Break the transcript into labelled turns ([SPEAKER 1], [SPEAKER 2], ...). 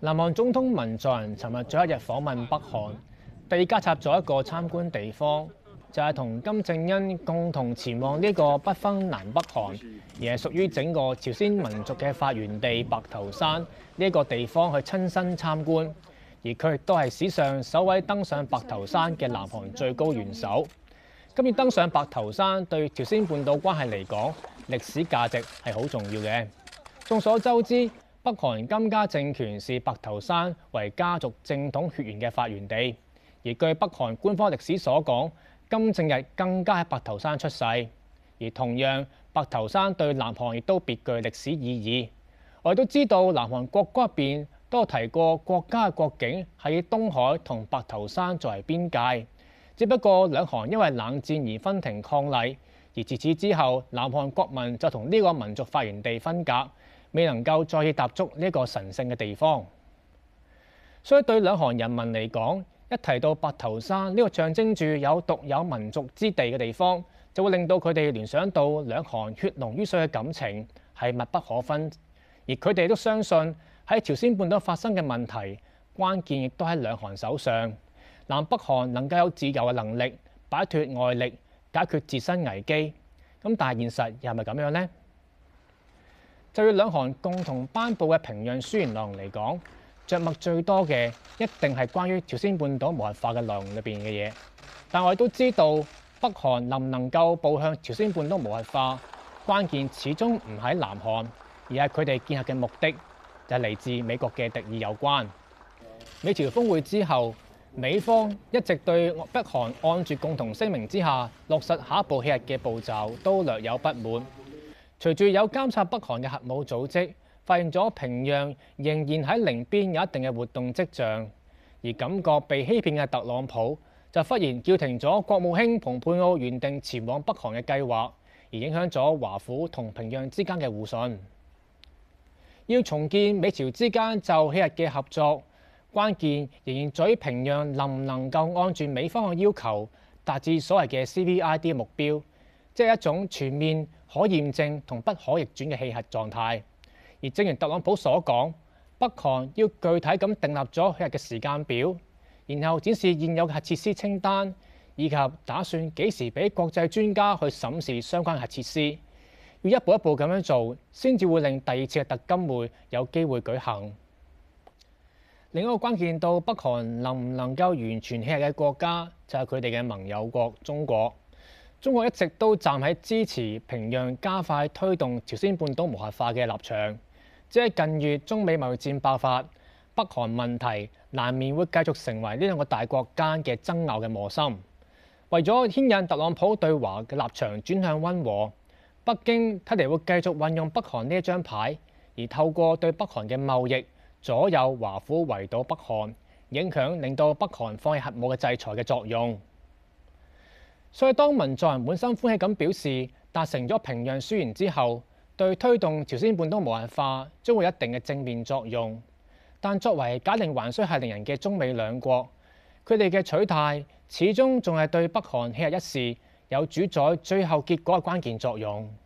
[SPEAKER 1] 南韓總統文在寅尋日最後一日訪問北韓，被加插咗一個參觀地方，就係同金正恩共同前往呢個不分南北韓，而係屬於整個朝鮮民族嘅發源地白頭山呢個地方去親身參觀。而佢亦都係史上首位登上白頭山嘅南韓最高元首。今次登上白頭山對朝鮮半島關係嚟講，歷史價值係好重要嘅。眾所周知，北韓金家政權視白頭山為家族正統血緣嘅發源地，而據北韓官方歷史所講，金正日更加喺白頭山出世。而同樣，白頭山對南韓亦都別具歷史意義。我哋都知道，南韓國歌入邊都有提過國家嘅國境係以東海同白頭山作為邊界。只不過兩韓因為冷戰而分庭抗禮，而自此之後，南韓國民就同呢個民族發源地分隔，未能夠再次踏足呢個神聖嘅地方。所以對兩韓人民嚟講，一提到白頭山呢個象徵住有獨有民族之地嘅地方，就會令到佢哋聯想到兩韓血濃於水嘅感情係密不可分。而佢哋都相信喺朝鮮半島發生嘅問題，關鍵亦都喺兩韓手上。南北韓能夠有自由嘅能力，擺脱外力，解決自身危機。咁但係現實又係咪咁樣呢？就以兩韓共同頒布嘅平壤宣言內容嚟講，着墨最多嘅一定係關於朝鮮半島無核化嘅內容裏邊嘅嘢。但我哋都知道，北韓能唔能夠步向朝鮮半島無核化，關鍵始終唔喺南韓，而係佢哋建核嘅目的就係嚟自美國嘅敵意有關。美朝峰會之後，美方一直對北韓按住共同聲明之下落實下一步棄核嘅步驟都略有不滿。隨住有監察北韓嘅核武組織發現咗平壤仍然喺寧邊有一定嘅活動跡象，而感覺被欺騙嘅特朗普就忽然叫停咗國務卿蓬佩奧原定前往北韓嘅計劃，而影響咗華府同平壤之間嘅互信。要重建美朝之間就棄核嘅合作，關鍵仍然在於平壤能唔能夠按住美方嘅要求，達至所謂嘅 CVID 目標，即係一種全面可驗證同不可逆轉嘅棄核狀態。而正如特朗普所講，北韓要具體咁訂立咗棄核嘅時間表，然後展示現有嘅核設施清單，以及打算幾時俾國際專家去審視相關核設施。要一步一步咁樣做，先至會令第二次嘅特金會有機會舉行。另一個關鍵到北韓能唔能夠完全棄核嘅國家，就係佢哋嘅盟友國中國。中國一直都站喺支持平壤加快推動朝鮮半島無核化嘅立場。只係近月中美貿易戰爆發，北韓問題難免會繼續成為呢兩個大國間嘅爭拗嘅磨心。為咗牽引特朗普對華嘅立場轉向溫和，北京睇嚟會繼續運用北韓呢一張牌，而透過對北韓嘅貿易左右華府圍堵北韓，影響令到北韓放棄核武嘅制裁嘅作用。所以當文在寅滿心歡喜咁表示達成咗平壤宣言之後，對推動朝鮮半島無核化將會有一定嘅正面作用。但作為假定還需係令人嘅中美兩國，佢哋嘅取態始終仲係對北韓棄核一事有主宰最後結果嘅關鍵作用。